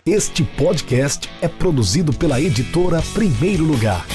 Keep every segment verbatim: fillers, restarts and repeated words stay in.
Este podcast é produzido pela editora Primeiro Lugar.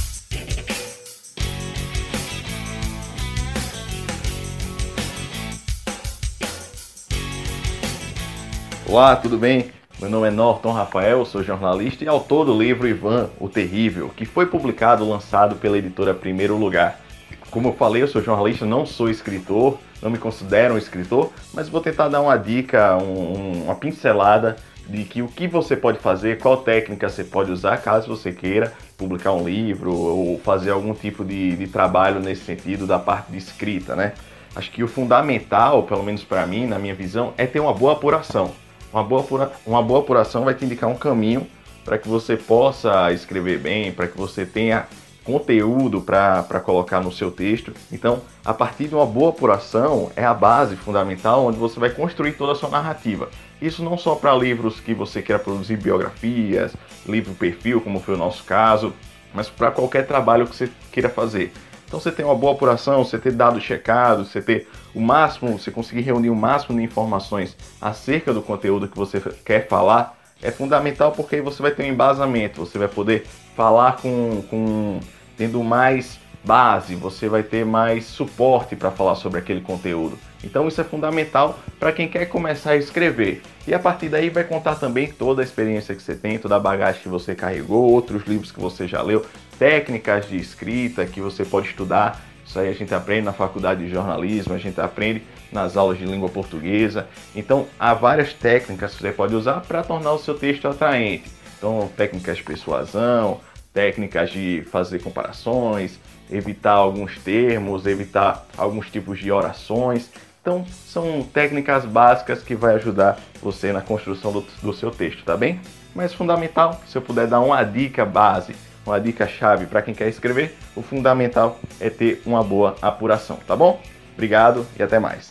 Olá, tudo bem? Meu nome é Norton Rafael, sou jornalista e autor do livro Ivan, o Terrível, que foi publicado e lançado pela editora Primeiro Lugar. Como eu falei, eu sou jornalista, não sou escritor, não me considero um escritor, mas vou tentar dar uma dica, um, uma pincelada de que o que você pode fazer, qual técnica você pode usar caso você queira publicar um livro ou fazer algum tipo de, de trabalho nesse sentido da parte de escrita, né? Acho que o fundamental, pelo menos para mim, na minha visão, é ter uma boa apuração. Uma boa, apura, uma boa apuração vai te indicar um caminho para que você possa escrever bem, para que você tenha conteúdo para colocar no seu texto. Então, a partir de uma boa apuração, é a base fundamental onde você vai construir toda a sua narrativa. Isso não só para livros que você queira produzir biografias, livro perfil, como foi o nosso caso, mas para qualquer trabalho que você queira fazer. Então, você tem uma boa apuração, você ter dados checados, você ter o máximo, você conseguir reunir o máximo de informações acerca do conteúdo que você quer falar, é fundamental porque aí você vai ter um embasamento, você vai poder falar com, com tendo mais base, você vai ter mais suporte para falar sobre aquele conteúdo. Então isso é fundamental para quem quer começar a escrever. E a partir daí vai contar também toda a experiência que você tem, toda a bagagem que você carregou, outros livros que você já leu, técnicas de escrita que você pode estudar. Isso aí a gente aprende na faculdade de jornalismo, a gente aprende nas aulas de língua portuguesa. Então, há várias técnicas que você pode usar para tornar o seu texto atraente. Então, técnicas de persuasão, técnicas de fazer comparações, evitar alguns termos, evitar alguns tipos de orações. Então, são técnicas básicas que vai ajudar você na construção do, do seu texto, tá bem? Mas fundamental, se eu puder dar uma dica base, uma dica-chave para quem quer escrever, o fundamental é ter uma boa apuração, tá bom? Obrigado e até mais.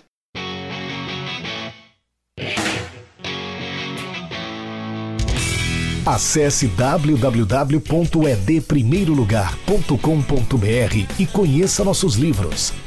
Acesse w w w ponto e d primeiro lugar ponto com ponto b r e conheça nossos livros.